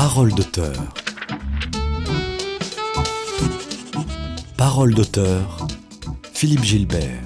Parole d'auteur. Parole d'auteur, Philippe Gilbert.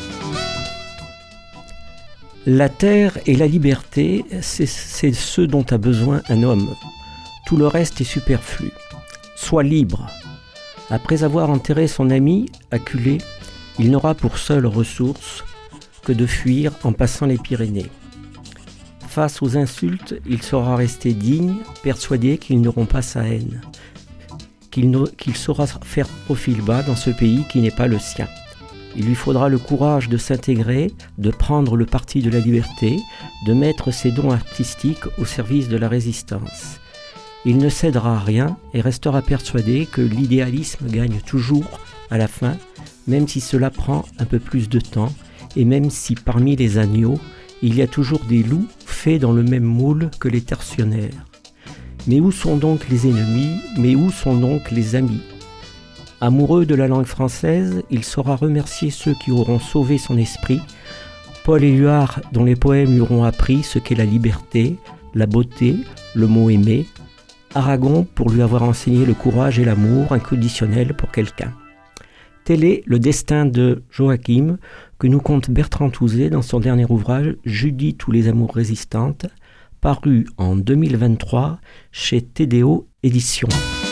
La terre et la liberté, c'est ce dont a besoin un homme. Tout le reste est superflu. Sois libre. Après avoir enterré son ami, acculé, il n'aura pour seule ressource que de fuir en passant les Pyrénées. Face aux insultes, il saura rester digne, persuadé qu'ils n'auront pas sa haine, qu'il saura faire profil bas dans ce pays qui n'est pas le sien. Il lui faudra le courage de s'intégrer, de prendre le parti de la liberté, de mettre ses dons artistiques au service de la résistance. Il ne cédera à rien et restera persuadé que l'idéalisme gagne toujours à la fin, même si cela prend un peu plus de temps et même si parmi les agneaux, il y a toujours des loups faits dans le même moule que les tertionnaires. Mais où sont donc les ennemis? Mais où sont donc les amis? Amoureux de la langue française, il saura remercier ceux qui auront sauvé son esprit, Paul Éluard dont les poèmes lui auront appris ce qu'est la liberté, la beauté, le mot aimé, Aragon pour lui avoir enseigné le courage et l'amour inconditionnel pour quelqu'un. Tel est le destin de Joachim que nous conte Bertrand Touzé dans son dernier ouvrage « Judith ou les amours résistantes », paru en 2023 chez TDO Éditions.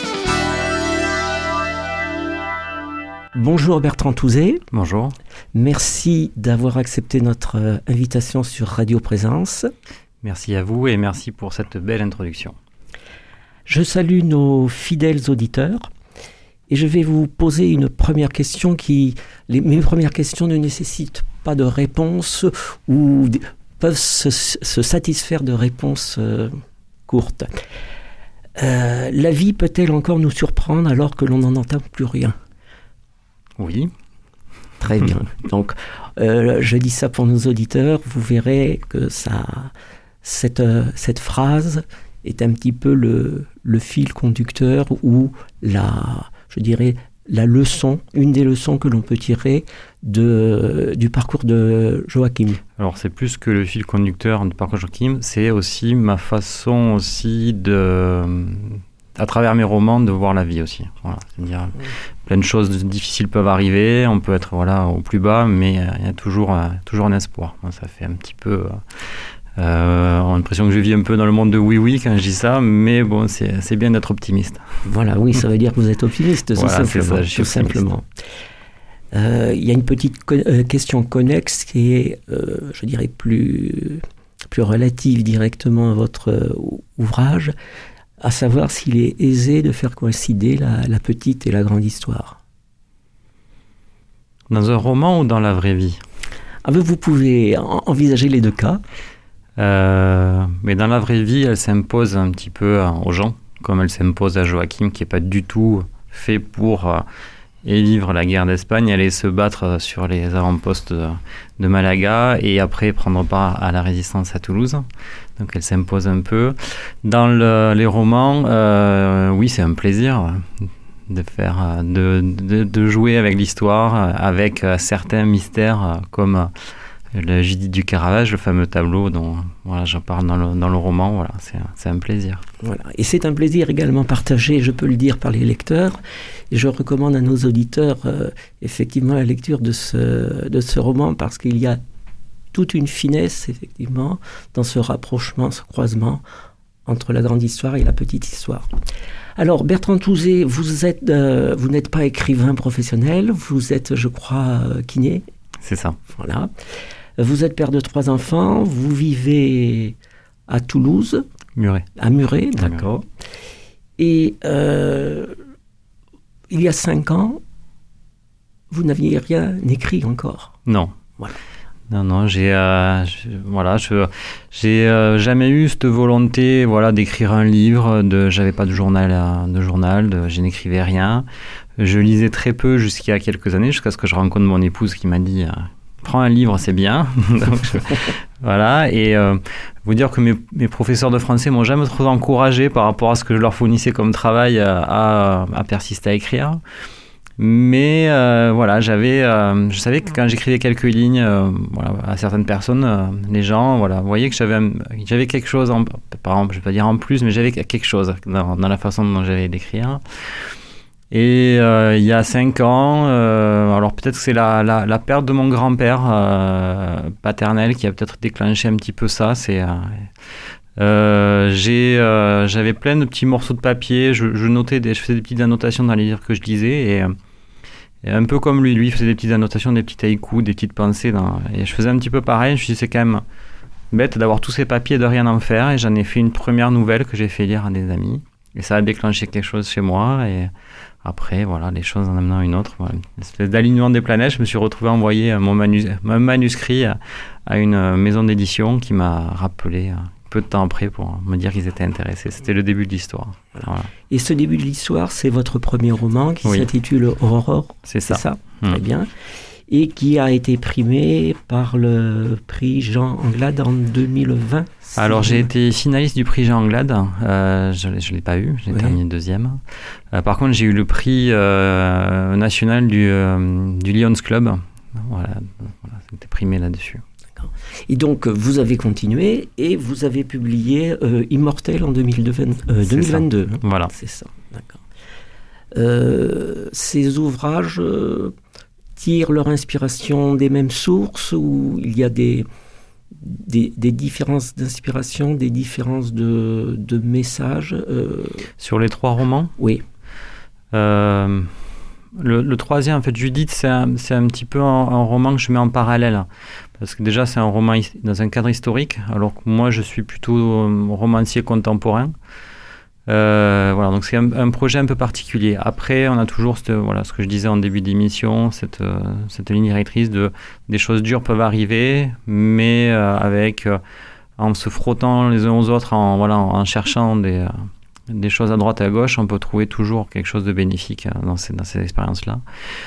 Bonjour Bertrand Touzé. Bonjour. Merci d'avoir accepté notre invitation sur Radio Présence. Merci à vous et merci pour cette belle introduction. Je salue nos fidèles auditeurs et je vais vous poser une première question mes premières questions ne nécessitent pas de réponse ou peuvent se satisfaire de réponses courtes. La vie peut-elle encore nous surprendre alors que l'on n'en entend plus rien ? Oui. Très bien. Donc, je dis ça pour nos auditeurs. Vous verrez que cette phrase est un petit peu le fil conducteur ou la leçon, une des leçons que l'on peut tirer du parcours de Joachim. Alors, c'est plus que le fil conducteur du parcours de Joachim, c'est aussi ma façon aussi à travers mes romans, de voir la vie aussi. Voilà. C'est-à-dire, plein de choses difficiles peuvent arriver, on peut être au plus bas, mais il y a toujours un espoir. Moi, ça fait un petit peu... on a l'impression que je vis un peu dans le monde de oui-oui quand je dis ça, mais bon, c'est bien d'être optimiste. Voilà, oui, ça veut dire que vous êtes optimiste, voilà, c'est ça, je suis optimiste. Simplement. Il y a une petite question connexe qui est, je dirais, plus relative directement à votre ouvrage, à savoir s'il est aisé de faire coïncider la petite et la grande histoire. Dans un roman ou dans la vraie vie ? Vous pouvez envisager les deux cas. Mais dans la vraie vie, elle s'impose un petit peu aux gens, comme elle s'impose à Joachim, qui n'est pas du tout fait pour vivre la guerre d'Espagne, aller se battre sur les avant-postes de Malaga et après prendre part à la résistance à Toulouse. Donc elle s'impose un peu. Dans les romans, oui, c'est un plaisir de faire, de jouer avec l'histoire, avec certains mystères comme le Judith du Caravage, le fameux tableau dont j'en parle dans le roman. Voilà, c'est un plaisir. Voilà. Et c'est un plaisir également partagé, je peux le dire, par les lecteurs. Et je recommande à nos auditeurs effectivement la lecture de ce roman parce qu'il y a toute une finesse effectivement dans ce rapprochement, ce croisement entre la grande histoire et la petite histoire. Alors Bertrand Touzé, vous n'êtes pas écrivain professionnel, vous êtes, je crois, kiné. C'est ça. Voilà. Vous êtes père de 3 enfants, vous vivez à Toulouse. Muret. À Muret, d'accord. Et il y a 5 ans, vous n'aviez rien écrit encore. Non. Voilà. Non, j'ai jamais eu cette volonté, d'écrire un livre. J'avais pas de journal, je n'écrivais rien. Je lisais très peu jusqu'il y a quelques années, jusqu'à ce que je rencontre mon épouse qui m'a dit prends un livre, c'est bien. Donc, voilà. Et vous dire que mes professeurs de français m'ont jamais trop encouragé par rapport à ce que je leur fournissais comme travail à persister à écrire. Mais je savais que quand j'écrivais quelques lignes à certaines personnes, les gens voyaient que j'avais quelque chose par exemple, je vais pas dire en plus, mais j'avais quelque chose dans la façon dont j'avais d'écrire. Et il y a 5 ans, alors peut-être que c'est la perte de mon grand-père paternel qui a peut-être déclenché un petit peu ça. J'avais plein de petits morceaux de papier, je faisais des petites annotations dans les livres que je lisais, et un peu comme lui il faisait des petites annotations, des petits haïkus, des petites pensées, et je faisais un petit peu pareil. Je me suis dit, c'est quand même bête d'avoir tous ces papiers et de rien en faire, et j'en ai fait une première nouvelle que j'ai fait lire à des amis, et ça a déclenché quelque chose chez moi, et après, voilà, les choses en amenant une autre, voilà, une espèce d'alignement des planètes. Je me suis retrouvé à envoyer mon manuscrit à une maison d'édition qui m'a rappelé peu de temps après pour me dire qu'ils étaient intéressés. C'était le début de l'histoire. Voilà. Et ce début de l'histoire, c'est votre premier roman qui s'intitule Aurore. C'est ça. Très bien. Et qui a été primé par le prix Jean Anglade en 2020. Alors j'ai été finaliste du prix Jean Anglade, je ne l'ai pas eu, j'ai terminé deuxième. Par contre j'ai eu le prix national du Lions Club, voilà, c'était primé là-dessus. D'accord. Et donc vous avez continué et vous avez publié Immortel en 2022. Ça. Voilà. C'est ça, d'accord. Ces ouvrages tirent leur inspiration des mêmes sources, ou il y a des différences d'inspiration, des différences de messages Sur les 3 romans ? Oui. Le troisième, en fait, Judith, c'est un petit peu un roman que je mets en parallèle. Parce que déjà, c'est un roman dans un cadre historique, alors que moi, je suis plutôt romancier contemporain. Voilà, donc c'est un projet un peu particulier. Après, on a toujours ce que je disais en début d'émission, cette ligne directrice des choses dures peuvent arriver, mais en se frottant les uns aux autres, en cherchant des choses à droite et à gauche, on peut trouver toujours quelque chose de bénéfique dans ces expériences-là.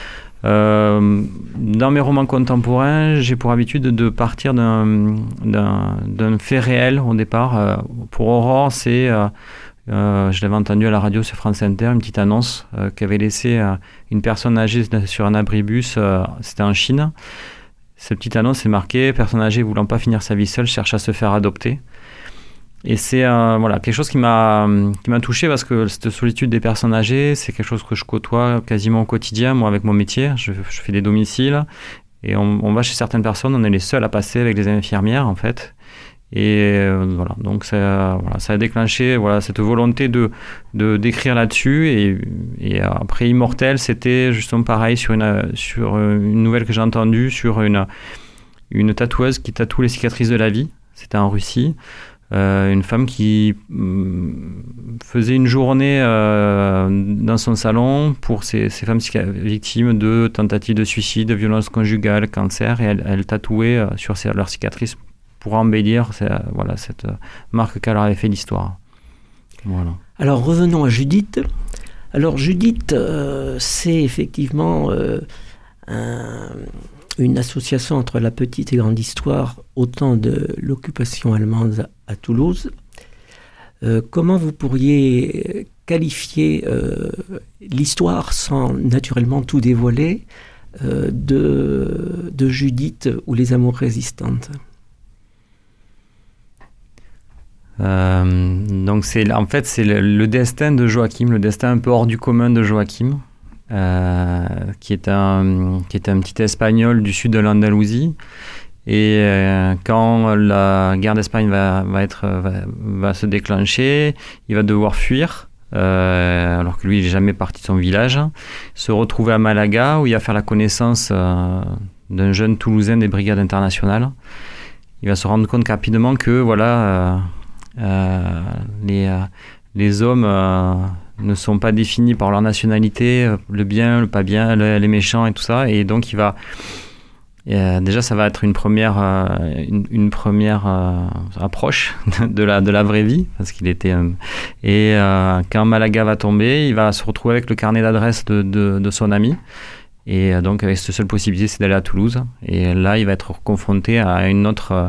Dans mes romans contemporains, j'ai pour habitude de partir d'un fait réel au départ. Pour Aurore, c'est... je l'avais entendu à la radio sur France Inter, une petite annonce qu'avait laissée une personne âgée sur un abribus, c'était en Chine. Cette petite annonce, c'est marqué « Personne âgée voulant pas finir sa vie seule cherche à se faire adopter ». Et c'est quelque chose qui m'a touché, parce que cette solitude des personnes âgées, c'est quelque chose que je côtoie quasiment au quotidien, moi, avec mon métier. Je fais des domiciles, et on va chez certaines personnes, on est les seuls à passer avec les infirmières, en fait. Et voilà, donc ça a déclenché cette volonté d'écrire là-dessus. Et après Immortel, c'était justement pareil sur une nouvelle que j'ai entendue sur une tatoueuse qui tatoue les cicatrices de la vie. C'était en Russie. Une femme qui faisait une journée dans son salon pour ces femmes victimes de tentatives de suicide, de violences conjugales, cancer, et elle tatouait sur leurs cicatrices pour embellir cette marque qu'elle avait fait l'histoire. Voilà. Alors revenons à Judith. Alors Judith, c'est effectivement une association entre la petite et grande histoire au temps de l'occupation allemande à Toulouse. Comment vous pourriez qualifier l'histoire, sans naturellement tout dévoiler, de Judith ou les Amours résistantes ? Donc c'est le destin de Joachim, le destin un peu hors du commun de Joachim, qui est un petit Espagnol du sud de l'Andalousie. Et quand la guerre d'Espagne va se déclencher, il va devoir fuir, alors que lui il n'est jamais parti de son village, se retrouver à Malaga, où il va faire la connaissance d'un jeune Toulousain des brigades internationales. Il va se rendre compte rapidement que les hommes ne sont pas définis par leur nationalité, le bien, le pas bien, les méchants et tout ça. Et donc déjà ça va être une première approche de la vraie vie, parce qu'il était quand Malaga va tomber, il va se retrouver avec le carnet d'adresse de son ami. Et donc, avec cette seule possibilité, c'est d'aller à Toulouse. Et là, il va être confronté à un autre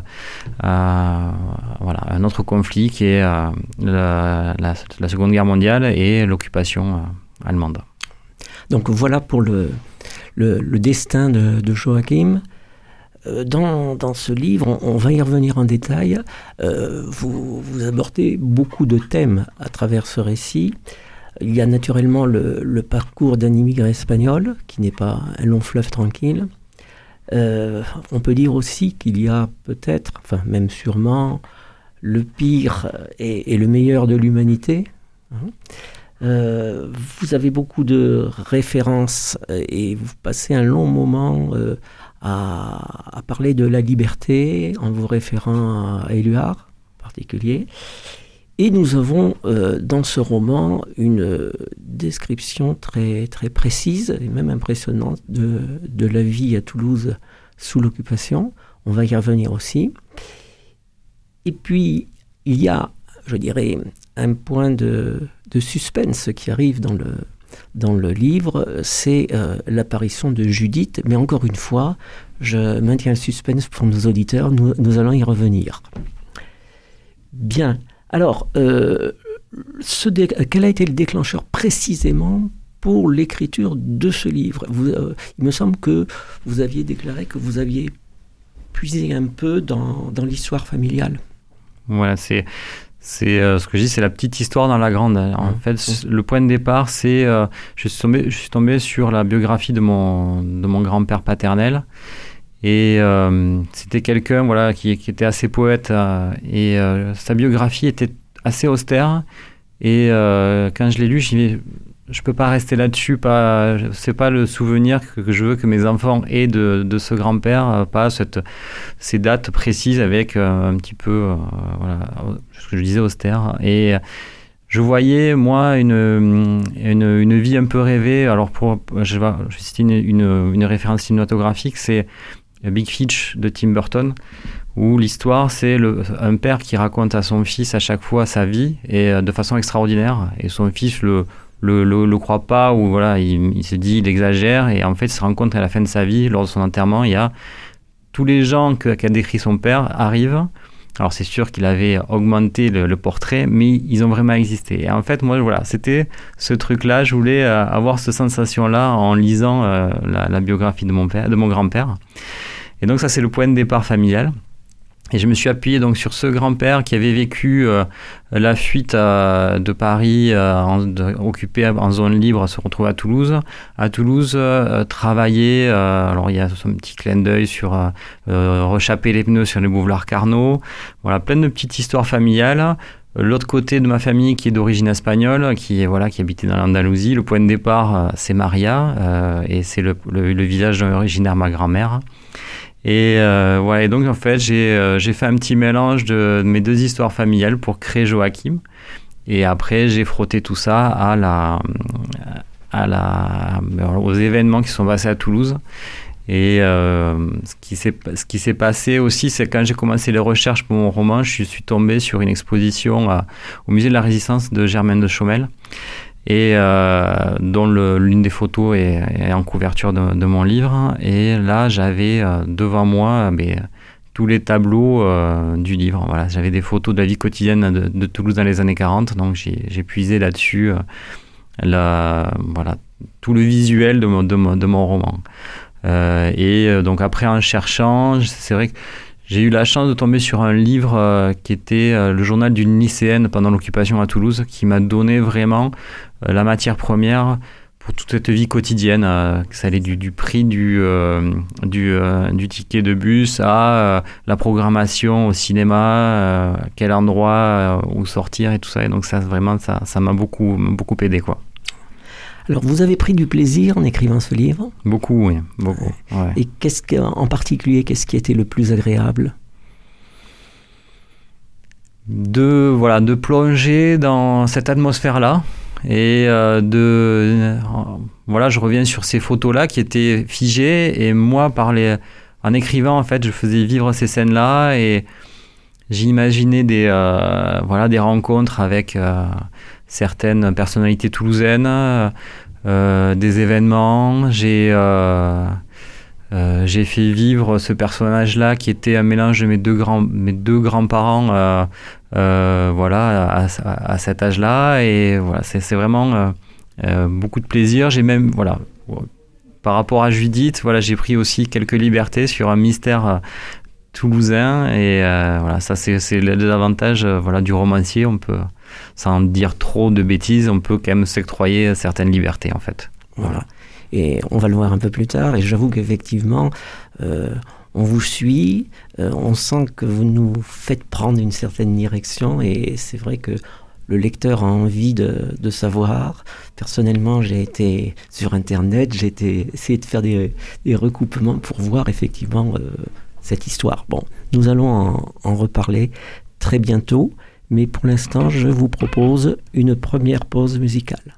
conflit qui est la Seconde Guerre mondiale et l'occupation allemande. Donc, voilà pour le destin de Joachim. dans ce livre, on va y revenir en détail, vous abordez beaucoup de thèmes à travers ce récit. Il y a naturellement le parcours d'un immigré espagnol, qui n'est pas un long fleuve tranquille. On peut dire aussi qu'il y a peut-être, enfin même sûrement, le pire et le meilleur de l'humanité. Vous avez beaucoup de références et vous passez un long moment à parler de la liberté en vous référant à Éluard en particulier. Et nous avons dans ce roman une description très, très précise et même impressionnante de la vie à Toulouse sous l'occupation. On va y revenir aussi. Et puis, il y a, je dirais, un point de suspense qui arrive dans le livre, c'est l'apparition de Judith. Mais encore une fois, je maintiens le suspense pour nos auditeurs, nous allons y revenir. Bien. Alors, quel a été le déclencheur précisément pour l'écriture de ce livre ? Il me semble que vous aviez déclaré que vous aviez puisé un peu dans l'histoire familiale. Voilà, c'est ce que je dis, c'est la petite histoire dans la grande. En fait, le point de départ, c'est je suis tombé sur la biographie de mon grand-père paternel. Et c'était quelqu'un qui était assez poète et sa biographie était assez austère. Et quand je l'ai lu, je peux pas rester là-dessus. C'est pas le souvenir que je veux que mes enfants aient de ce grand-père, pas ces dates précises avec un petit peu ce que je disais austère. Et je voyais, moi, une vie un peu rêvée. Alors, je vais citer une référence cinématographique, c'est Big Fish de Tim Burton, où l'histoire, c'est un père qui raconte à son fils à chaque fois sa vie, et de façon extraordinaire. Et son fils le croit pas, ou il se dit, il exagère, et en fait, il se rend compte qu'à la fin de sa vie, lors de son enterrement, il y a tous les gens qu'a décrit son père arrivent. Alors c'est sûr qu'il avait augmenté le portrait, mais ils ont vraiment existé. Et en fait, moi, c'était ce truc-là. Je voulais avoir cette sensation-là en lisant la biographie de mon grand-père. Et donc ça, c'est le point de départ familial. Et je me suis appuyé donc sur ce grand-père qui avait vécu la fuite de Paris, occupé en zone libre, se retrouve à Toulouse. À Toulouse, travailler, alors il y a son petit clin d'œil sur rechapper les pneus sur les boulevards Carnot. Voilà, plein de petites histoires familiales. L'autre côté de ma famille qui est d'origine espagnole, qui habitait dans l'Andalousie, le point de départ, c'est Maria, et c'est le village originaire de ma grand-mère. Et et donc en fait j'ai fait un petit mélange de mes deux histoires familiales pour créer Joachim, et après j'ai frotté tout ça aux événements qui sont passés à Toulouse. Et ce qui s'est passé aussi, c'est quand j'ai commencé les recherches pour mon roman, je suis tombé sur une exposition au musée de la Résistance de Germaine de Chaumel, et dont l'une des photos est en couverture de mon livre. Et là, j'avais devant moi tous les tableaux du livre. Voilà, j'avais des photos de la vie quotidienne de Toulouse dans les années 40, donc j'ai puisé là-dessus tout le visuel de mon roman. Donc après, en cherchant, c'est vrai que j'ai eu la chance de tomber sur un livre qui était le journal d'une lycéenne pendant l'occupation à Toulouse, qui m'a donné vraiment la matière première pour toute cette vie quotidienne. Ça allait du prix du ticket de bus à la programmation au cinéma, quel endroit où sortir et tout ça. Et donc ça m'a beaucoup aidé, quoi. Alors, vous avez pris du plaisir en écrivant ce livre ? Beaucoup, oui, beaucoup. Ouais. Et en particulier, qu'est-ce qui était le plus agréable ? De plonger dans cette atmosphère-là, et je reviens sur ces photos-là qui étaient figées, et moi, en écrivant, en fait, je faisais vivre ces scènes-là, et j'imaginais des rencontres avec certaines personnalités toulousaines, des événements. J'ai fait vivre ce personnage-là qui était un mélange de mes deux grands-parents à cet âge-là. Et voilà, c'est vraiment beaucoup de plaisir. J'ai même par rapport à Judith, voilà, j'ai pris aussi quelques libertés sur un mystère toulousain. Et voilà, ça, c'est les avantages voilà, du romancier. On peut, sans dire trop de bêtises, on peut quand même s'octroyer certaines libertés, en fait. Voilà. Et on va le voir un peu plus tard. Et j'avoue qu'effectivement, on vous suit. On sent que vous nous faites prendre une certaine direction. Et c'est vrai que le lecteur a envie de savoir. Personnellement, j'ai été sur Internet, j'ai essayé de faire des recoupements pour voir effectivement cette histoire. Bon, nous allons en reparler très bientôt, mais pour l'instant, je vous propose une première pause musicale.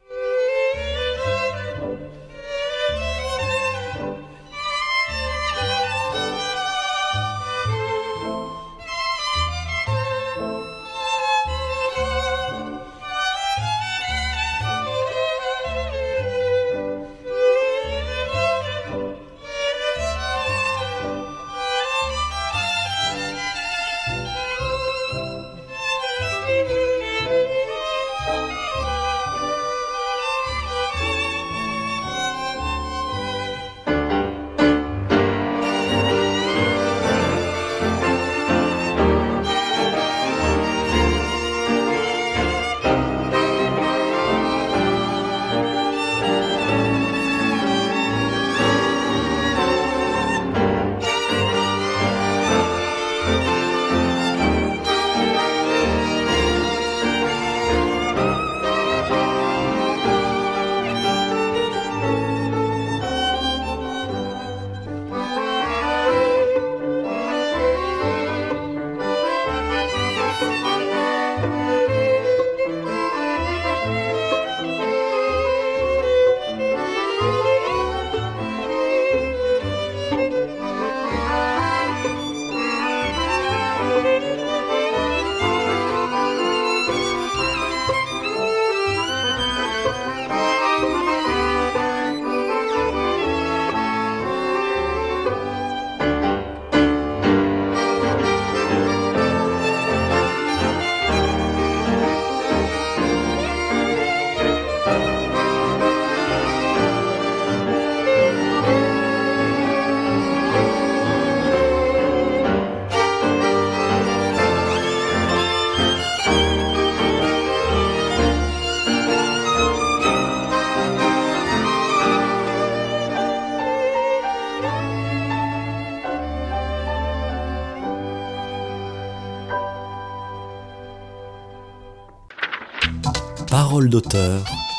Parole d'auteur.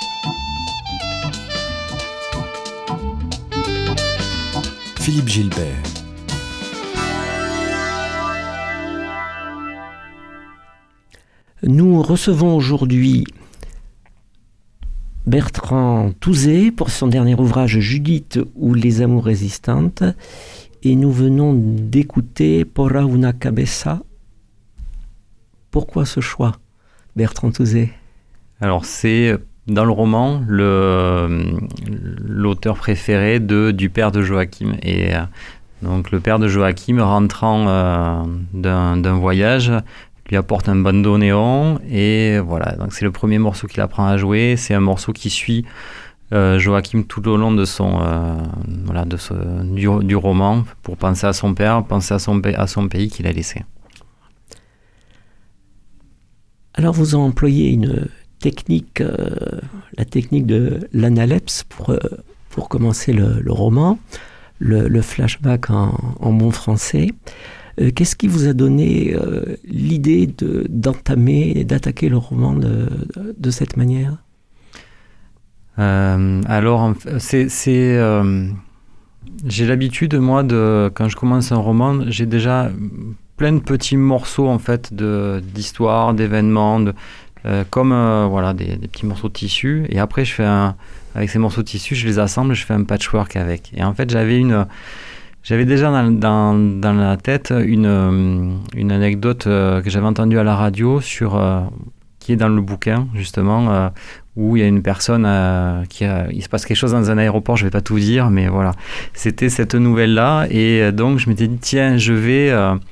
Philippe Gilbert. Nous recevons aujourd'hui Bertrand Touzé pour son dernier ouvrage Judith ou les amours résistantes, et nous venons d'écouter Porra una cabeza. Pourquoi ce choix, Bertrand Touzé? Alors c'est dans le roman l'auteur préféré du père de Joachim, et donc le père de Joachim rentrant d'un voyage lui apporte un bandoneon, et voilà, donc c'est le premier morceau qu'il apprend à jouer. C'est un morceau qui suit Joachim tout au long de du roman, pour penser à son père, penser à son pays qu'il a laissé. Alors vous employez une technique, la technique de l'analepse pour commencer le roman, le flashback en bon français. Qu'est-ce qui vous a donné l'idée d'entamer, d'attaquer le roman de cette manière? Alors, j'ai l'habitude, moi, quand je commence un roman, j'ai déjà plein de petits morceaux, en fait, d'histoire, d'événements, comme des petits morceaux de tissu. Et après, avec ces morceaux de tissu, je les assemble, je fais un patchwork avec. Et en fait, j'avais déjà dans la tête une anecdote que j'avais entendue à la radio qui est dans le bouquin, justement, où il y a une personne il se passe quelque chose dans un aéroport, je ne vais pas tout dire, mais voilà. C'était cette nouvelle-là, et donc je m'étais dit, tiens, je vais,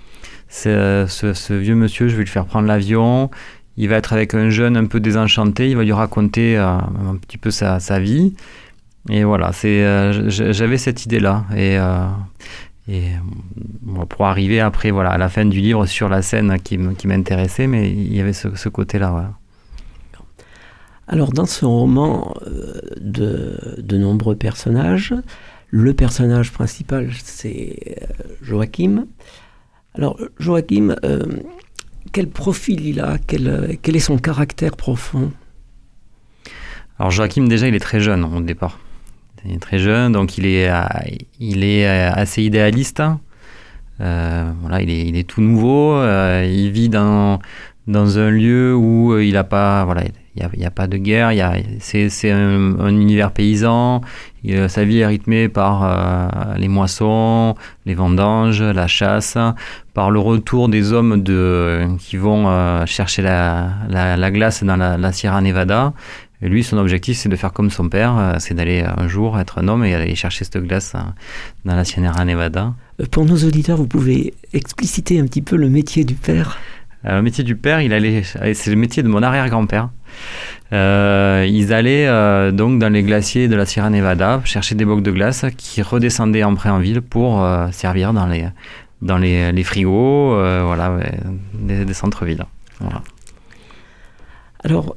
ce vieux monsieur, je vais lui faire prendre l'avion, il va être avec un jeune un peu désenchanté, il va lui raconter un petit peu sa vie. Et voilà, j'avais cette idée-là. Et pour arriver après, voilà, à la fin du livre sur la scène qui m'intéressait, mais il y avait ce côté-là. Voilà. Alors, dans ce roman de nombreux personnages, le personnage principal, c'est Joachim. Alors, Joachim, quel profil il a? Quel est son caractère profond? Alors, Joachim, déjà, il est très jeune au départ. Il est très jeune, donc il est assez idéaliste. Voilà, il est tout nouveau. Il vit dans un lieu où il n'a pas, voilà, il y a pas de guerre. C'est un univers paysan. Sa vie est rythmée par les moissons, les vendanges, la chasse, par le retour des hommes qui vont chercher la glace dans la Sierra Nevada. Et lui, son objectif, c'est de faire comme son père, c'est d'aller un jour être un homme et aller chercher cette glace dans la Sierra Nevada. Pour nos auditeurs, vous pouvez expliciter un petit peu le métier du père? Le métier du père, c'est le métier de mon arrière-grand-père. Ils allaient donc dans les glaciers de la Sierra Nevada chercher des blocs de glace qui redescendaient après en ville pour servir dans les frigos, voilà, des centres-villes. Voilà. Alors,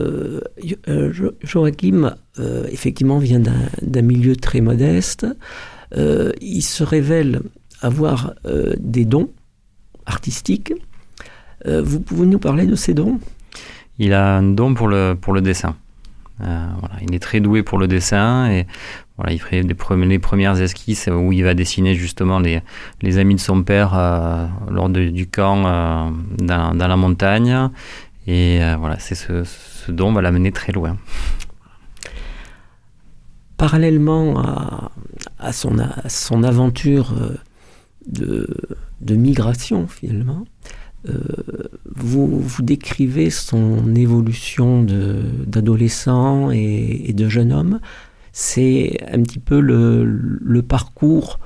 Joachim, effectivement, vient d'un milieu très modeste. Il se révèle avoir des dons artistiques. Vous pouvez nous parler de ces dons? Il a un don pour le dessin. Voilà, il est très doué pour le dessin et voilà, il ferait les premières esquisses où il va dessiner justement les amis de son père lors du camp dans la montagne. Et voilà, ce don va l'amener très loin. Parallèlement à son aventure de migration, finalement, vous décrivez son évolution d'adolescent et de jeune homme. C'est un petit peu le parcours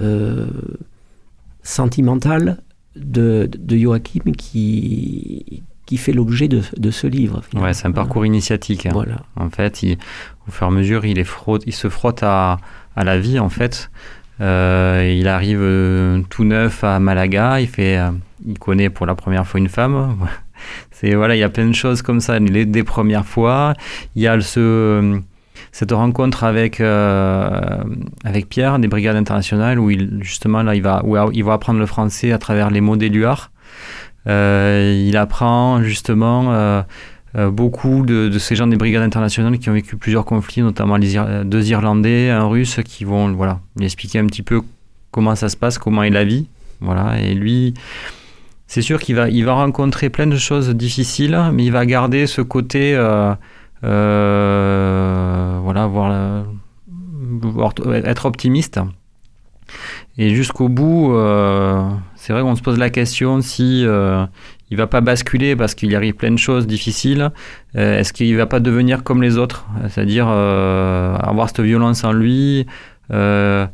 sentimental de Joachim qui fait l'objet de ce livre. Ouais, c'est un parcours initiatique. Voilà. En fait, au fur et à mesure, il se frotte à la vie, en fait. Il arrive tout neuf à Malaga, il connaît pour la première fois une femme. Voilà, il y a plein de choses comme ça, des premières fois. Il y a cette rencontre avec Pierre des Brigades internationales où il va apprendre le français à travers les mots d'Éluard. Il apprend justement beaucoup de ces gens des brigades internationales qui ont vécu plusieurs conflits, notamment deux Irlandais, un Russe, qui vont lui expliquer un petit peu comment ça se passe, comment est la vie. Voilà. Et lui, c'est sûr qu'il va rencontrer plein de choses difficiles, mais il va garder ce côté, être optimiste. Et jusqu'au bout, c'est vrai qu'on se pose la question si il va pas basculer parce qu'il y arrive plein de choses difficiles. Est-ce qu'il va pas devenir comme les autres, c'est-à-dire avoir cette violence en lui. Il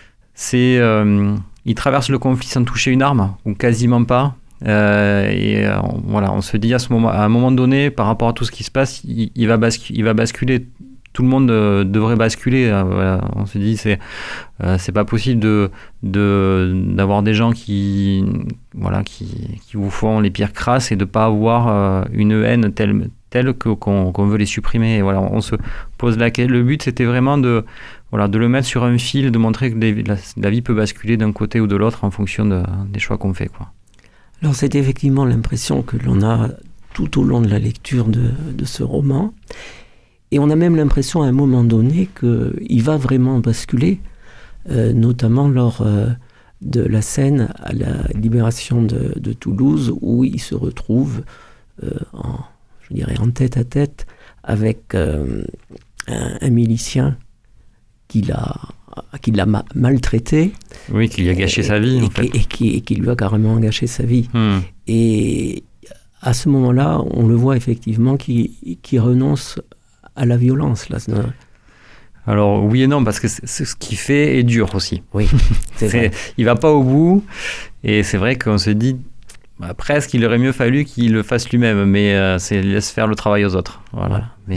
traverse le conflit sans toucher une arme ou quasiment pas. On se dit à un moment donné, par rapport à tout ce qui se passe, il va basculer. Tout le monde devrait basculer. Voilà. On se dit c'est pas possible d'avoir des gens qui vous font les pires crasses et de pas avoir une haine telle qu'on veut les supprimer. Et voilà, on se pose le but, c'était vraiment de le mettre sur un fil, de montrer que la vie peut basculer d'un côté ou de l'autre en fonction des choix qu'on fait, quoi. Alors c'est effectivement l'impression que l'on a tout au long de la lecture de ce roman. Et on a même l'impression à un moment donné qu'il va vraiment basculer, notamment lors de la scène à la libération de Toulouse, où il se retrouve en tête à tête avec un milicien qui l'a maltraité. Oui, qui lui a gâché sa vie, en fait. Et qui lui a carrément gâché sa vie. Et à ce moment-là, on le voit effectivement qui renonce à la violence, là. Alors oui et non, parce que ce qu'il fait est dur aussi. Oui, c'est vrai. Il va pas au bout, et c'est vrai qu'on se dit, Presque, il aurait mieux fallu qu'il le fasse lui-même, mais c'est laisse faire le travail aux autres. Voilà. Mais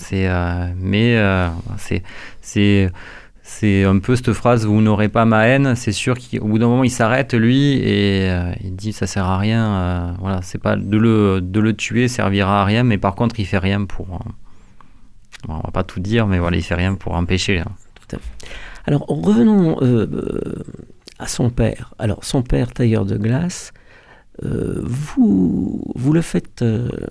c'est un peu cette phrase, vous n'aurez pas ma haine. C'est sûr qu'au bout d'un moment, il s'arrête lui et il dit ça sert à rien. Voilà, c'est pas de le tuer servira à rien, mais par contre, il fait rien pour. On va pas tout dire, mais voilà, il fait rien pour empêcher. Tout à fait. Alors revenons à son père. Alors son père tailleur de glace. Vous le faites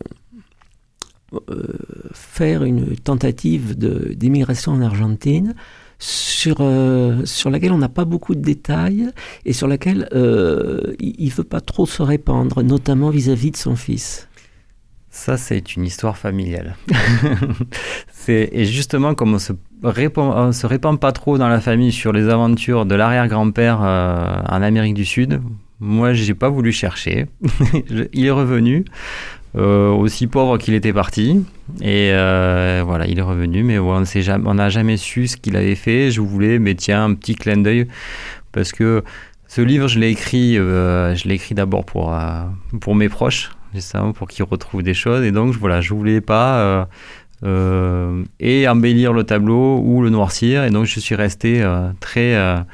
faire une tentative d'immigration en Argentine sur laquelle on n'a pas beaucoup de détails et sur laquelle il ne veut pas trop se répandre, notamment vis-à-vis de son fils. Ça, c'est une histoire familiale. Et justement, comme on se répand pas trop dans la famille sur les aventures de l'arrière-grand-père en Amérique du Sud, moi, j'ai pas voulu chercher. Il est revenu, aussi pauvre qu'il était parti. Et voilà, il est revenu, mais ouais, on n'a jamais su ce qu'il avait fait. Je voulais, mais tiens, un petit clin d'œil, parce que ce livre, je l'ai écrit d'abord pour mes proches, justement, pour qu'ils retrouvent des choses. Et donc, voilà, je voulais pas et embellir le tableau ou le noircir. Et donc, je suis resté très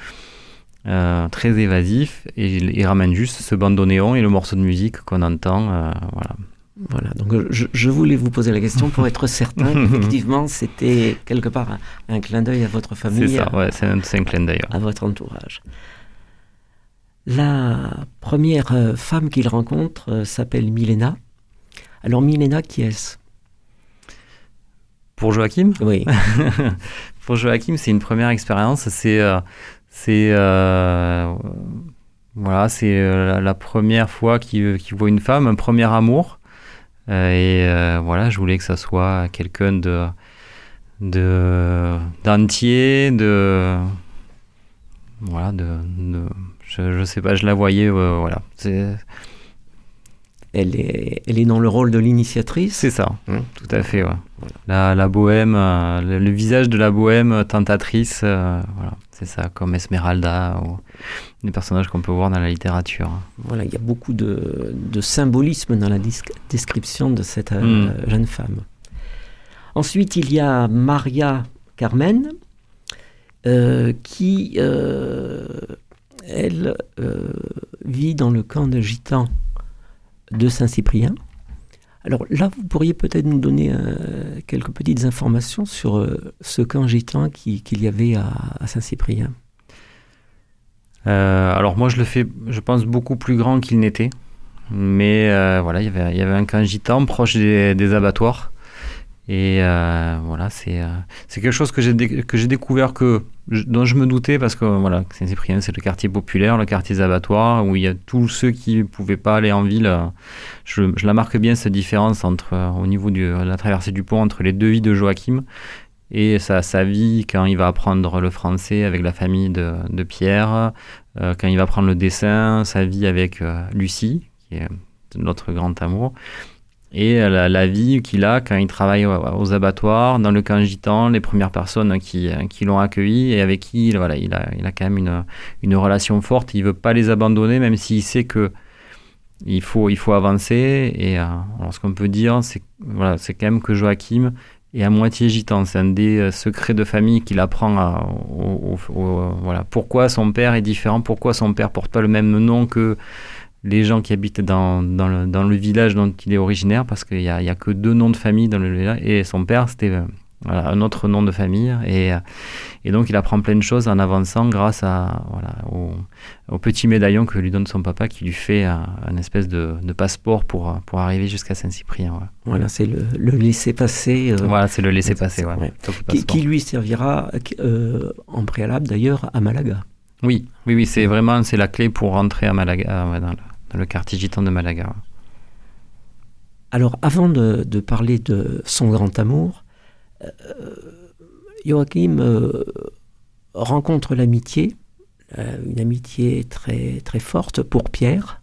évasif et il ramène juste ce bandoneon et le morceau de musique qu'on entend. Voilà. Voilà, donc je voulais vous poser la question pour être certain qu'effectivement c'était quelque part un clin d'œil à votre famille. C'est ça, ouais, c'est un clin d'œil. À votre entourage. La première femme qu'il rencontre s'appelle Milena. Alors Milena, qui est-ce ? Pour Joachim ? Oui. Pour Joachim, c'est une première expérience. Voilà, c'est la première fois qu'il voit une femme, un premier amour. Voilà, je voulais que ça soit quelqu'un d'entier, voilà, je sais pas, je la voyais, voilà. Elle est dans le rôle de l'initiatrice. C'est ça, tout à fait. Ouais. Voilà. La bohème, le visage de la bohème tentatrice, voilà, c'est ça, comme Esmeralda ou des personnages qu'on peut voir dans la littérature. Voilà, il y a beaucoup de symbolisme dans la description de cette jeune femme. Ensuite, il y a Maria Carmen, qui, elle, vit dans le camp de gitans de Saint-Cyprien. Alors là, vous pourriez peut-être nous donner quelques petites informations sur ce camp gitan qu'il y avait à Saint-Cyprien. Alors moi, je le fais, je pense, beaucoup plus grand qu'il n'était. Mais voilà, il y avait un camp gitan proche des abattoirs. Et voilà, c'est quelque chose que j'ai découvert dont je me doutais parce que voilà, Saint-Cyprien, c'est le quartier populaire, le quartier des abattoirs où il y a tous ceux qui ne pouvaient pas aller en ville. Je la marque bien, cette différence au niveau de la traversée du pont entre les deux vies de Joachim et sa vie quand il va apprendre le français avec la famille de Pierre, quand il va apprendre le dessin, sa vie avec Lucie, qui est notre grand amour. Et la vie qu'il a quand il travaille aux abattoirs, dans le camp gitan, les premières personnes qui l'ont accueilli et avec qui voilà, il a quand même une relation forte. Il ne veut pas les abandonner, même s'il sait qu'il faut avancer. Et alors ce qu'on peut dire, c'est quand même que Joachim est à moitié gitan. C'est un des secrets de famille qu'il apprend voilà, pourquoi son père est différent, pourquoi son père ne porte pas le même nom que les gens qui habitent dans le village dont il est originaire, parce qu'il n'y a que 2 noms de famille dans le village, et son père, c'était un autre nom de famille, et donc il apprend plein de choses en avançant grâce au petit médaillon que lui donne son papa, qui lui fait un espèce de passeport pour arriver jusqu'à Saint-Cyprien. Ouais. Voilà, c'est le laisser-passer. Voilà, c'est le laisser-passer, ouais. Qui lui servira en préalable d'ailleurs à Malaga. Oui, c'est la clé pour rentrer à Malaga, dans le quartier gitan de Malaga. Ouais. Alors, avant de parler de son grand amour, Joachim rencontre l'amitié, une amitié très, très forte pour Pierre.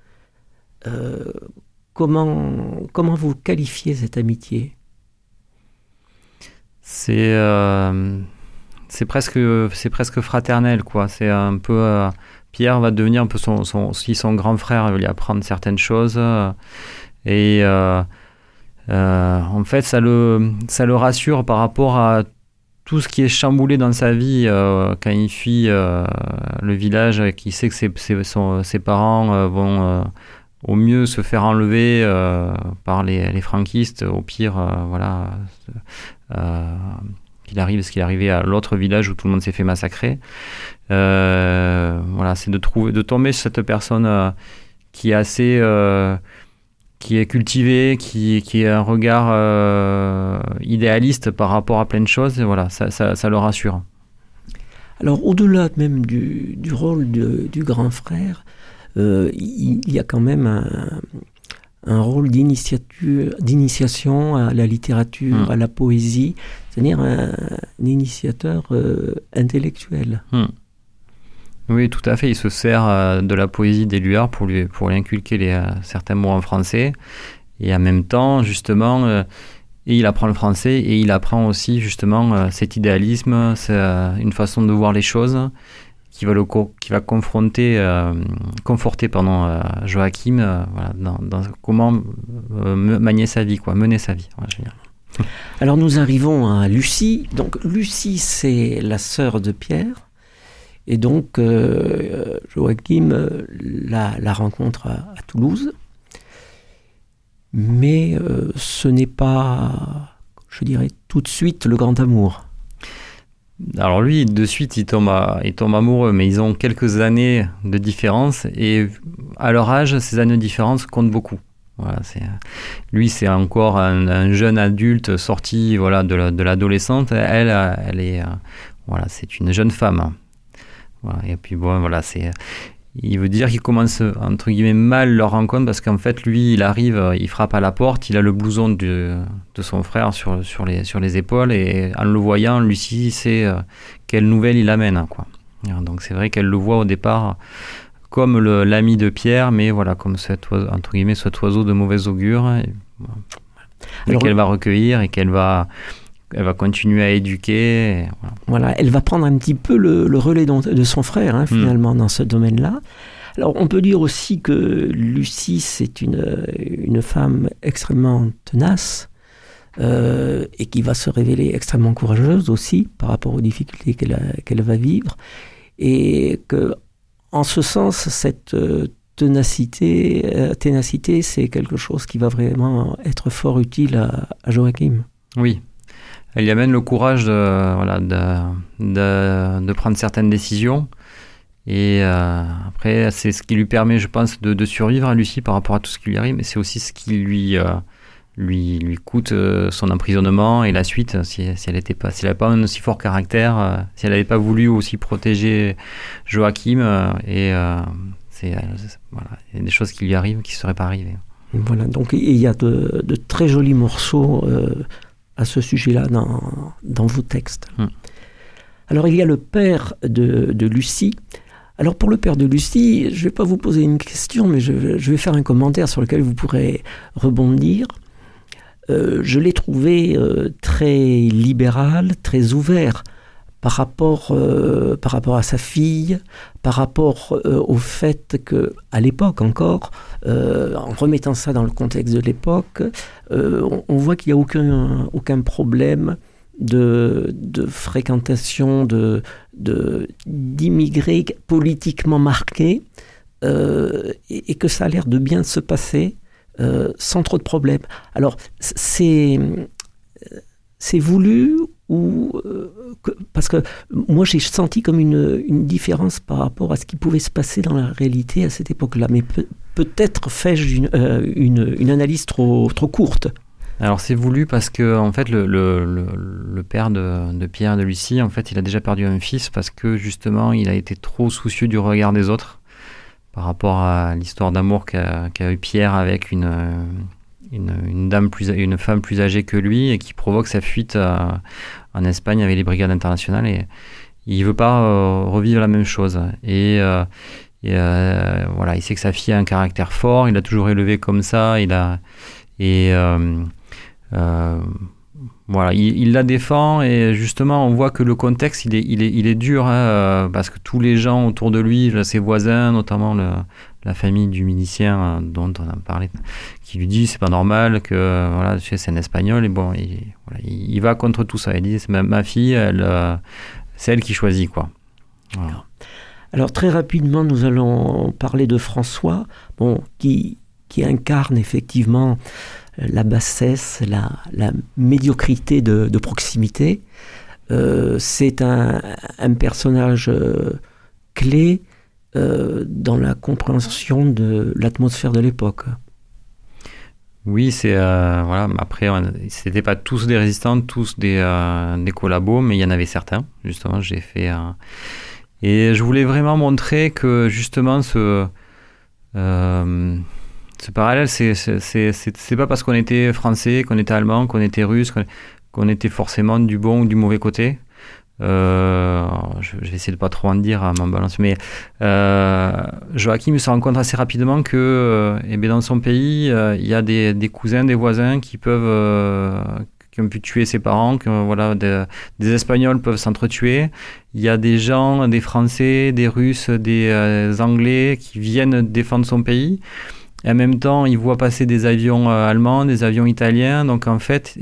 Comment vous qualifiez cette amitié ? C'est c'est presque fraternel, quoi. C'est un peu Pierre va devenir un peu son grand frère, il va lui apprendre certaines choses et en fait ça le rassure par rapport à tout ce qui est chamboulé dans sa vie quand il fuit le village, qu'il sait que ses parents vont au mieux se faire enlever par les franquistes, au pire qu'il arrive ce qui est arrivé à l'autre village où tout le monde s'est fait massacrer. C'est de tomber sur cette personne qui est assez qui est cultivée, qui a un regard idéaliste par rapport à plein de choses, et voilà, ça le rassure. Alors au-delà même du rôle du grand frère, il y a quand même un rôle d'initiation à la littérature, à la poésie, c'est-à-dire un initiateur intellectuel. Oui, tout à fait. Il se sert de la poésie d'Éluard pour lui inculquer certains mots en français. Et en même temps, justement, et il apprend le français et il apprend aussi, justement, cet idéalisme, une façon de voir les choses qui va conforter Joachim dans comment mener sa vie. Je veux dire. Alors nous arrivons à Lucie. Donc Lucie, c'est la sœur de Pierre. Et donc, Joachim la rencontre à Toulouse. Mais ce n'est pas, je dirais, tout de suite le grand amour. Alors lui, de suite, il tombe amoureux, mais ils ont quelques années de différence. Et à leur âge, ces années de différence comptent beaucoup. Voilà, lui, c'est encore un jeune adulte sorti de l'adolescente. Elle est, c'est une jeune femme. Voilà, et puis il veut dire qu'il commence entre guillemets mal leur rencontre parce qu'en fait lui il arrive, il frappe à la porte, il a le blouson de son frère sur les épaules et en le voyant Lucie sait quelle nouvelle il amène, quoi. Donc c'est vrai qu'elle le voit au départ comme l'ami de Pierre, mais voilà, comme cet oiseau de mauvais augure qu'elle va recueillir et qu'elle va continuer à éduquer. Voilà, elle va prendre un petit peu le relais de son frère, finalement, dans ce domaine-là. Alors, on peut dire aussi que Lucie, c'est une femme extrêmement tenace et qui va se révéler extrêmement courageuse aussi par rapport aux difficultés qu'elle va vivre. Et que, en ce sens, cette ténacité, c'est quelque chose qui va vraiment être fort utile à Joachim. Oui. Elle lui amène le courage de prendre certaines décisions. Et après, c'est ce qui lui permet, je pense, de survivre à Lucie par rapport à tout ce qui lui arrive. Mais c'est aussi ce qui lui coûte son emprisonnement et la suite. Si elle n'avait pas un aussi fort caractère, si elle n'avait pas voulu aussi protéger Joachim, il y a des choses qui lui arrivent qui ne seraient pas arrivées. Voilà, donc il y a de très jolis morceaux à ce sujet-là dans vos textes. Alors il y a le père de Lucie. Alors pour le père de Lucie, je ne vais pas vous poser une question, mais je vais faire un commentaire sur lequel vous pourrez rebondir. Je l'ai trouvé très libéral, très ouvert par rapport à sa fille, par rapport au fait qu'à l'époque encore, en remettant ça dans le contexte de l'époque, on voit qu'il n'y a aucun problème de fréquentation d'immigrés politiquement marqués et que ça a l'air de bien se passer sans trop de problèmes. Alors, c'est voulu parce que moi j'ai senti comme une différence par rapport à ce qui pouvait se passer dans la réalité à cette époque-là, mais peut-être fais-je une analyse trop courte. Alors c'est voulu parce que en fait le père de Pierre et de Lucie, en fait il a déjà perdu un fils parce que justement il a été trop soucieux du regard des autres par rapport à l'histoire d'amour qu'a eu Pierre avec une femme plus âgée que lui et qui provoque sa fuite en Espagne avec les brigades internationales, et il veut pas revivre la même chose et voilà, il sait que sa fille a un caractère fort, il l'a toujours élevé comme ça, voilà, il la défend et justement on voit que le contexte il est dur parce que tous les gens autour de lui, ses voisins, notamment la famille du milicien dont on a parlé, qui lui dit c'est pas normal que voilà, tu sais, c'est un Espagnol et bon, il va contre tout ça. Il dit c'est ma fille, c'est elle qui choisit quoi. Voilà. Alors très rapidement, nous allons parler de François, qui incarne effectivement la bassesse, la médiocrité de proximité. C'est un personnage clé dans la compréhension de l'atmosphère de l'époque. Oui, c'est voilà. Après, c'était pas tous des résistants, tous des collabos, mais il y en avait certains. Justement, j'ai fait et je voulais vraiment montrer que justement ce parallèle, c'est pas parce qu'on était français, qu'on était allemand, qu'on était russe, qu'on était forcément du bon ou du mauvais côté. Je vais essayer de pas trop en dire à mon balance, mais Joachim se rend compte assez rapidement que dans son pays, il y a des cousins, des voisins qui ont pu tuer ses parents, que voilà, des Espagnols peuvent s'entretuer. Il y a des gens, des Français, des Russes, des Anglais qui viennent défendre son pays. Et en même temps, il voit passer des avions allemands, des avions italiens. Donc en fait,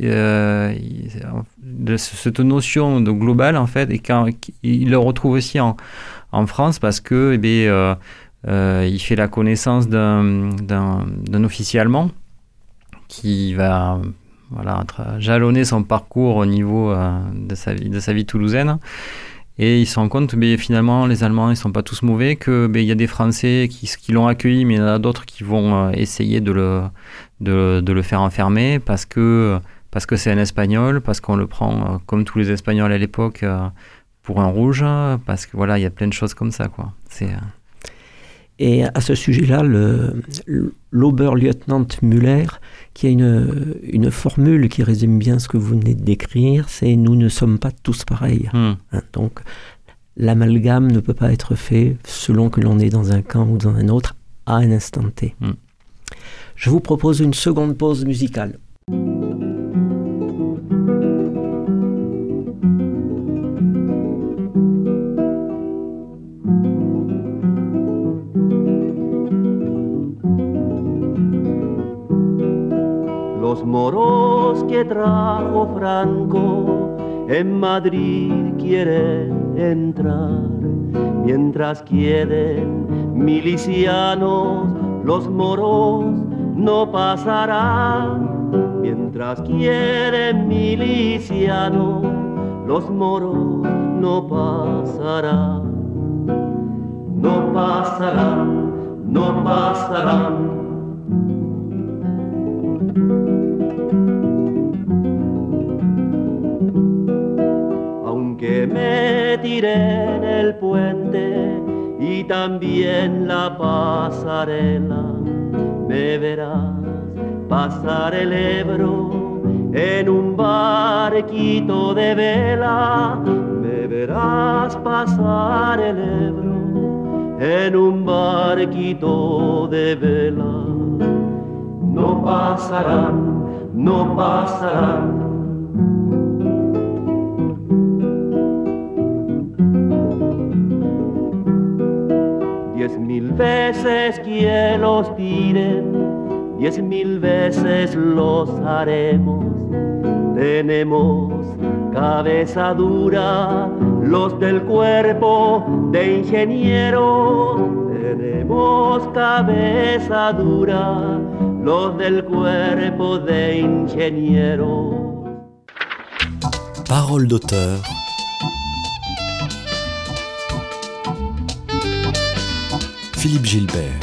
cette notion de global, en fait, et il le retrouve aussi en France parce que il fait la connaissance d'un officier allemand qui va jalonner son parcours au niveau de sa vie toulousaine. Et il se rend compte que finalement, les Allemands, ils ne sont pas tous mauvais, qu'il y a des Français qui l'ont accueilli, mais il y en a d'autres qui vont essayer de le faire enfermer parce que c'est un Espagnol, parce qu'on le prend, comme tous les Espagnols à l'époque, pour un rouge, parce que voilà, il y a plein de choses comme ça, quoi. Et à ce sujet-là, l'Oberlieutenant Müller, qui a une formule qui résume bien ce que vous venez de décrire, c'est « nous ne sommes pas tous pareils ». Donc, l'amalgame ne peut pas être fait selon que l'on est dans un camp ou dans un autre à un instant T. Je vous propose une seconde pause musicale. Los moros que trajo Franco en Madrid quieren entrar, mientras queden milicianos, los moros no pasarán. Mientras queden milicianos, los moros no pasarán. No pasarán, no pasarán. Aunque me tiré en el puente y también la pasarela, me verás pasar el Ebro en un barquito de vela. Me verás pasar el Ebro en un barquito de vela. No pasarán, no pasarán. 10,000 veces que los tiren, 10,000 veces los haremos. Tenemos cabeza dura los del cuerpo de ingenieros. Tenemos cabeza dura los del cuerpo de ingenieros. Parole d'auteur. Philippe Gilbert.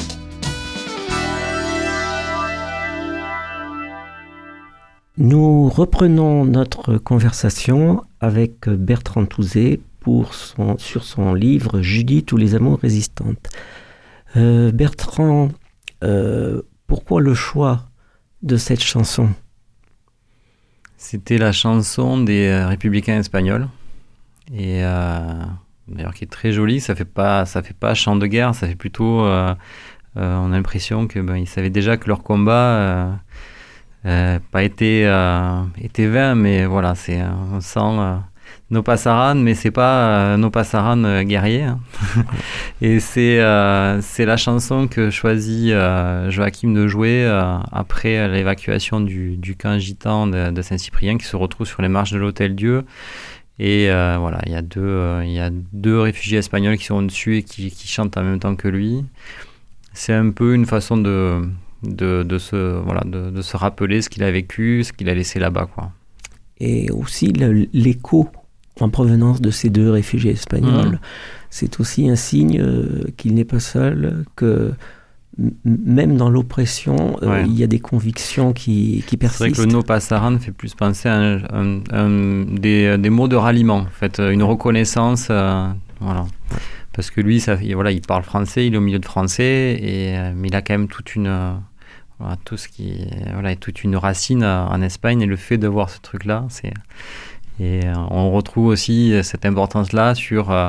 Nous reprenons notre conversation avec Bertrand Touzé sur son livre « Judith ou les amours résistantes ». Bertrand, pourquoi le choix de cette chanson ? C'était la chanson des républicains espagnols. Et d'ailleurs, qui est très jolie. Ça fait pas chant de guerre. Ça fait plutôt... on a l'impression qu'ils savaient déjà que leur combat... pas été vain, mais voilà, on sent nos Passaran, mais c'est pas nos Passaran guerriers. Hein. Et c'est la chanson que choisit Joachim de jouer après l'évacuation du camp gitan de Saint-Cyprien, qui se retrouve sur les marches de l'Hôtel-Dieu. Et voilà, il y a deux réfugiés espagnols qui sont au-dessus et qui chantent en même temps que lui. C'est un peu une façon de se rappeler ce qu'il a vécu, ce qu'il a laissé là-bas, quoi. Et aussi l'écho en provenance de ces deux réfugiés espagnols, c'est aussi un signe qu'il n'est pas seul, que même dans l'oppression, il y a des convictions qui persistent. C'est vrai que le No Passaran fait plus penser à des mots de ralliement, en fait, une reconnaissance, voilà. Parce que lui, il parle français, il est au milieu de français, mais il a quand même toute une racine en Espagne, et le fait de voir ce truc-là, on retrouve aussi cette importance-là sur à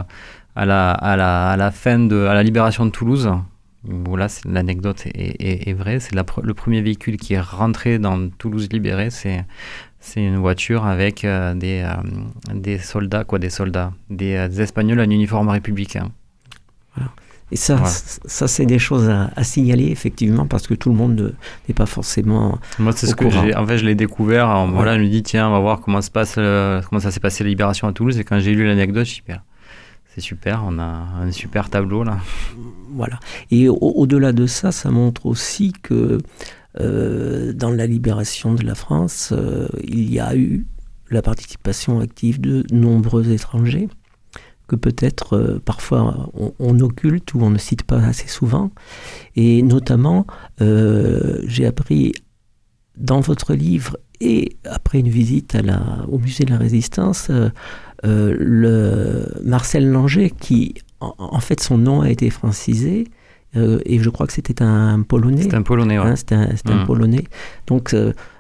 la libération de Toulouse. Où là, l'anecdote est vraie. C'est le premier véhicule qui est rentré dans Toulouse libérée. C'est une voiture avec des soldats, des Espagnols en uniforme républicain. Voilà. Et ça, c'est des choses à signaler, effectivement, parce que tout le monde n'est pas forcément. Moi, c'est ce que je l'ai découvert. Je me dis, tiens, on va voir comment ça s'est passé la libération à Toulouse. Et quand j'ai lu l'anecdote, je me suis dit, c'est super, on a un super tableau là. Voilà. Et au-delà de ça, ça montre aussi que dans la libération de la France, il y a eu la participation active de nombreux étrangers, que peut-être parfois on occulte ou on ne cite pas assez souvent. Et notamment, j'ai appris dans votre livre, et après une visite au musée de la Résistance, le Marcel Langer, qui en fait son nom a été francisé, et je crois que c'était un Polonais. C'était un Polonais, ouais. C'était un Polonais. Donc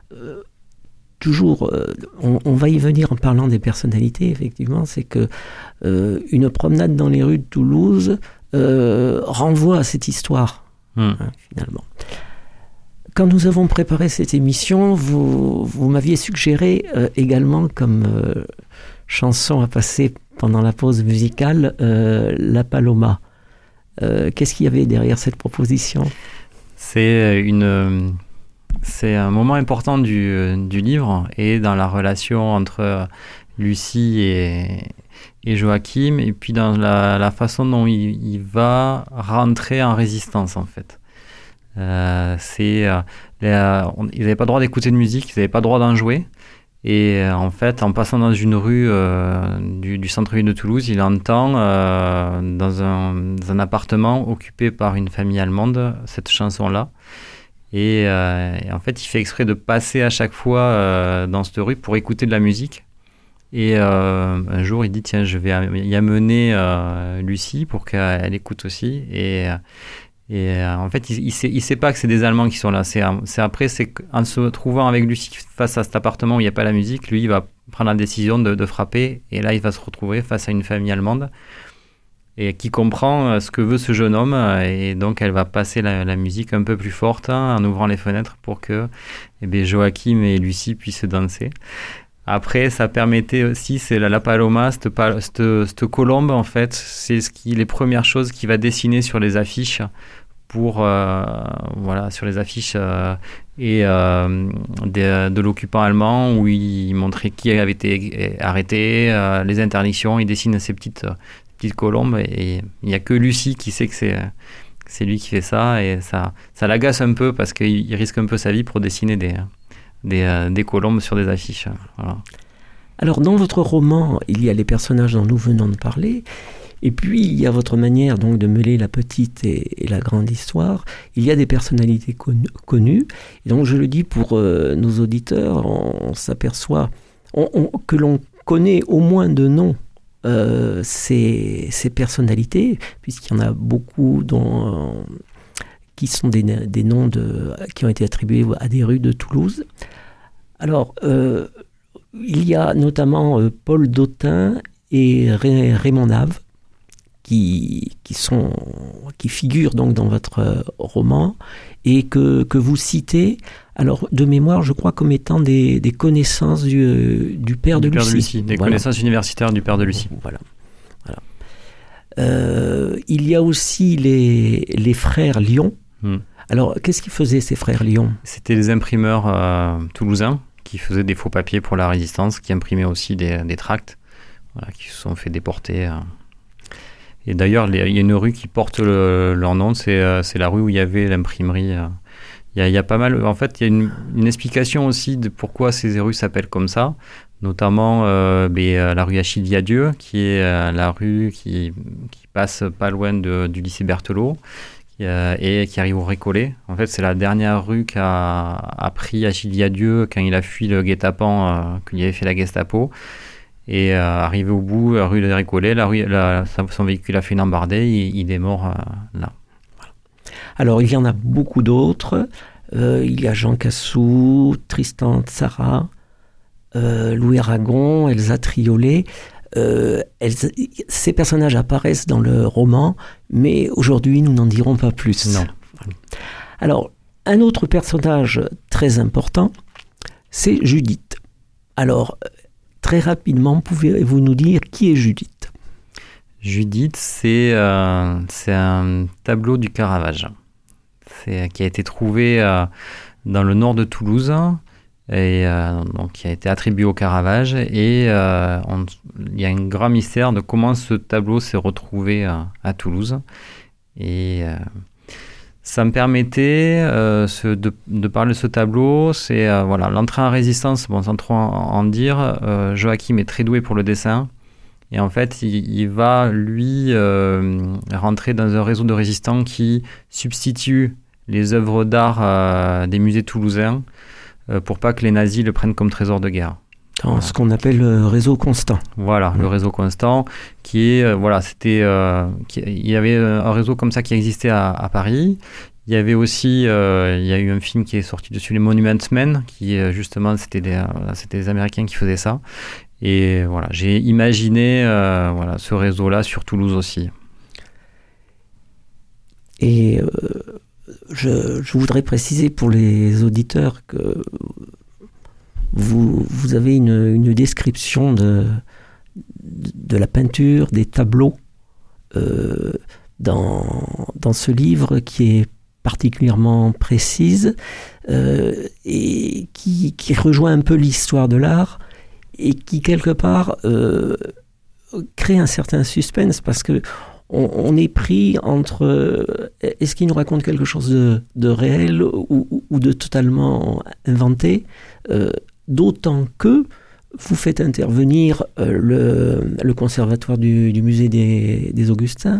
toujours, on va y venir en parlant des personnalités, effectivement, c'est que une promenade dans les rues de Toulouse renvoie à cette histoire, finalement. Quand nous avons préparé cette émission, vous m'aviez suggéré également comme chanson à passer pendant la pause musicale, La Paloma. Qu'est-ce qu'il y avait derrière cette proposition ? C'est un moment important du livre, et dans la relation entre Lucie et Joachim, et puis dans la façon dont il va rentrer en résistance, en fait. Ils n'avaient pas le droit d'écouter de musique, ils n'avaient pas le droit d'en jouer. Et en fait, en passant dans une rue du centre-ville de Toulouse, il entend dans un appartement occupé par une famille allemande cette chanson-là. Et en fait, il fait exprès de passer à chaque fois dans cette rue pour écouter de la musique. Et un jour, il dit, tiens, je vais y amener Lucie pour qu'elle écoute aussi. Et en fait, il sait pas que c'est des Allemands qui sont là. C'est après, c'est en se trouvant avec Lucie face à cet appartement où il n'y a pas la musique, lui, il va prendre la décision de frapper. Et là, il va se retrouver face à une famille allemande et qui comprend ce que veut ce jeune homme. Et donc, elle va passer la musique un peu plus forte, en ouvrant les fenêtres pour que Joachim et Lucie puissent danser. Après, ça permettait aussi, c'est la Paloma, cette colombe, en fait, c'est les premières choses qu'il va dessiner sur les affiches sur les affiches de l'occupant allemand, où il montrait qui avait été arrêté, les interdictions. Il dessine ces petites colombes, et il n'y a que Lucie qui sait que c'est lui qui fait ça, et ça l'agace un peu parce qu'il risque un peu sa vie pour dessiner des colombes sur des affiches. Voilà. Alors, dans votre roman, il y a les personnages dont nous venons de parler, et puis il y a votre manière donc de mêler la petite et la grande histoire. Il y a des personnalités connues, et donc je le dis pour nos auditeurs, on s'aperçoit que l'on connaît au moins de nom ces personnalités, puisqu'il y en a beaucoup qui sont des noms qui ont été attribués à des rues de Toulouse. Alors, il y a notamment Paul Dautin et Raymond Nave, qui figurent donc dans votre roman et que vous citez, alors de mémoire, je crois, comme étant des connaissances du père de Lucie. Des connaissances universitaires du père de Lucie. Voilà. Il y a aussi les frères Lyon. Alors, qu'est-ce qu'ils faisaient, ces frères Lyon ? C'était des imprimeurs toulousains qui faisaient des faux papiers pour la Résistance, qui imprimaient aussi des tracts, qui se sont fait déporter. Et d'ailleurs, il y a une rue qui porte leur nom, c'est la rue où il y avait l'imprimerie. Il y a pas mal. En fait, il y a une explication aussi de pourquoi ces rues s'appellent comme ça, notamment la rue Achille Viadieu, qui est la rue qui passe pas loin du lycée Berthelot et qui arrive au Récollet. En fait, c'est la dernière rue qu'a pris Achille Viadieu quand il a fui le guet-apens qu'il avait fait la Gestapo. Et arrivé au bout, rue des Récollets, son véhicule a fait une embardée, il est mort là. Voilà. Alors, il y en a beaucoup d'autres. Il y a Jean Cassou, Tristan Tzara, Louis Aragon, Elsa Triolet. Ces personnages apparaissent dans le roman, mais aujourd'hui, nous n'en dirons pas plus. Non. Alors, un autre personnage très important, c'est Judith. Alors, très rapidement, pouvez-vous nous dire qui est Judith ? Judith, c'est un tableau du Caravage qui a été trouvé dans le nord de Toulouse et donc qui a été attribué au Caravage. Et il y a un grand mystère de comment ce tableau s'est retrouvé à Toulouse. Et ça me permettait de parler de ce tableau. C'est l'entrée en résistance, sans trop en dire. Joachim est très doué pour le dessin. Et en fait, il va, lui, rentrer dans un réseau de résistants qui substitue les œuvres d'art des musées toulousains pour pas que les nazis le prennent comme trésor de guerre. Dans ce qu'on appelle le réseau constant. Voilà, le réseau constant, qui est, il y avait un réseau comme ça qui existait à Paris. Il y avait aussi, il y a eu un film qui est sorti dessus, les Monument Men, qui justement, c'était des Américains qui faisaient ça. Et voilà, j'ai imaginé ce réseau-là sur Toulouse aussi. Et je voudrais préciser pour les auditeurs que vous avez une description de la peinture, des tableaux dans ce livre qui est particulièrement précise et qui rejoint un peu l'histoire de l'art et qui quelque part crée un certain suspense parce que on est pris entre est-ce qu'il nous raconte quelque chose de réel ou de totalement inventé, d'autant que vous faites intervenir le conservatoire du musée des Augustins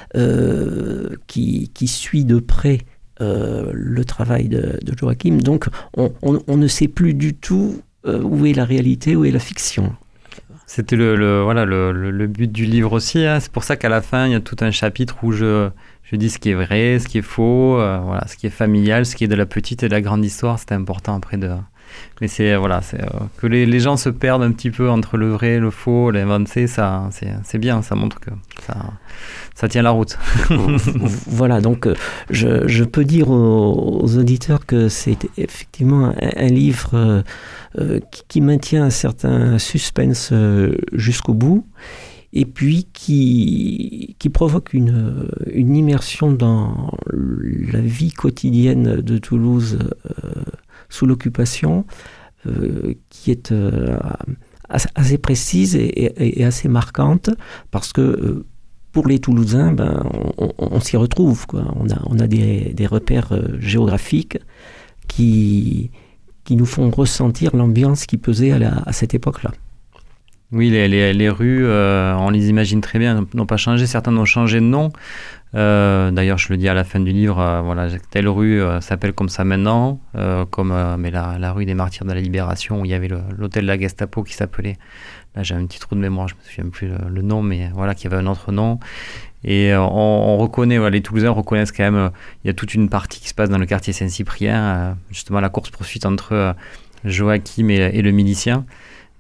qui suit de près le travail de Joachim. Donc on ne sait plus du tout où est la réalité, où est la fiction. C'était le but du livre aussi. Hein. C'est pour ça qu'à la fin, il y a tout un chapitre où je dis ce qui est vrai, ce qui est faux, ce qui est familial, ce qui est de la petite et de la grande histoire. C'était important après de... Mais c'est que les gens se perdent un petit peu entre le vrai, le faux, l'inventé, ça, c'est bien, ça montre que ça tient la route. Voilà, donc je peux dire aux auditeurs que c'est effectivement un livre qui maintient un certain suspense jusqu'au bout et puis qui provoque une immersion dans la vie quotidienne de Toulouse sous l'occupation, qui est assez précise et assez marquante, parce que pour les Toulousains, on s'y retrouve, quoi. On a des repères géographiques qui nous font ressentir l'ambiance qui pesait à cette époque-là. Oui, les rues, on les imagine très bien, n'ont pas changé, certains ont changé de nom. D'ailleurs, je le dis à la fin du livre, telle rue s'appelle comme ça maintenant, mais la rue des Martyrs de la Libération, où il y avait l'hôtel de la Gestapo qui s'appelait, là j'ai un petit trou de mémoire, je ne me souviens plus le nom, mais voilà, qui avait un autre nom. Et on reconnaît, les Toulousains reconnaissent quand même, il y a toute une partie qui se passe dans le quartier Saint-Cyprien, justement la course-poursuite entre Joachim et le milicien.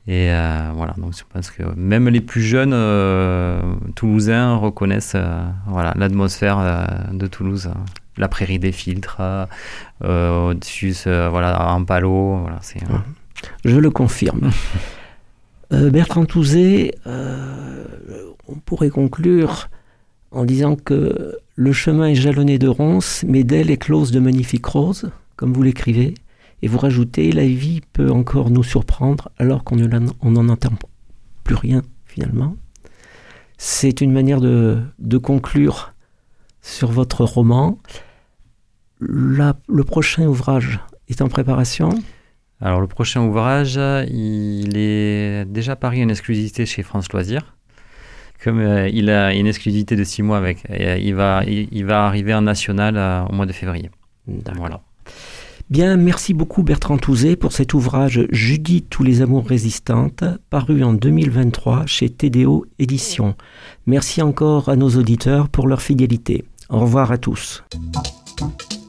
Et voilà, donc je pense que même les plus jeunes Toulousains reconnaissent l'atmosphère de Toulouse. La prairie des filtres, au-dessus, en palo. Voilà, Je le confirme. Bertrand Touzé, on pourrait conclure en disant que le chemin est jalonné de ronces, mais d'ailes écloses de magnifiques roses, comme vous l'écrivez, et vous rajoutez, la vie peut encore nous surprendre alors qu'on n'en entend plus rien finalement. C'est une manière de conclure sur votre roman. Le prochain ouvrage est en préparation ? Alors le prochain ouvrage, il est déjà paru en exclusivité chez France Loisirs. Comme il a une exclusivité de 6 mois il va arriver en national au mois de février. D'accord. Voilà. Bien, merci beaucoup Bertrand Touzé pour cet ouvrage Judith ou les amours résistantes, paru en 2023 chez TDO Éditions. Merci encore à nos auditeurs pour leur fidélité. Au revoir à tous.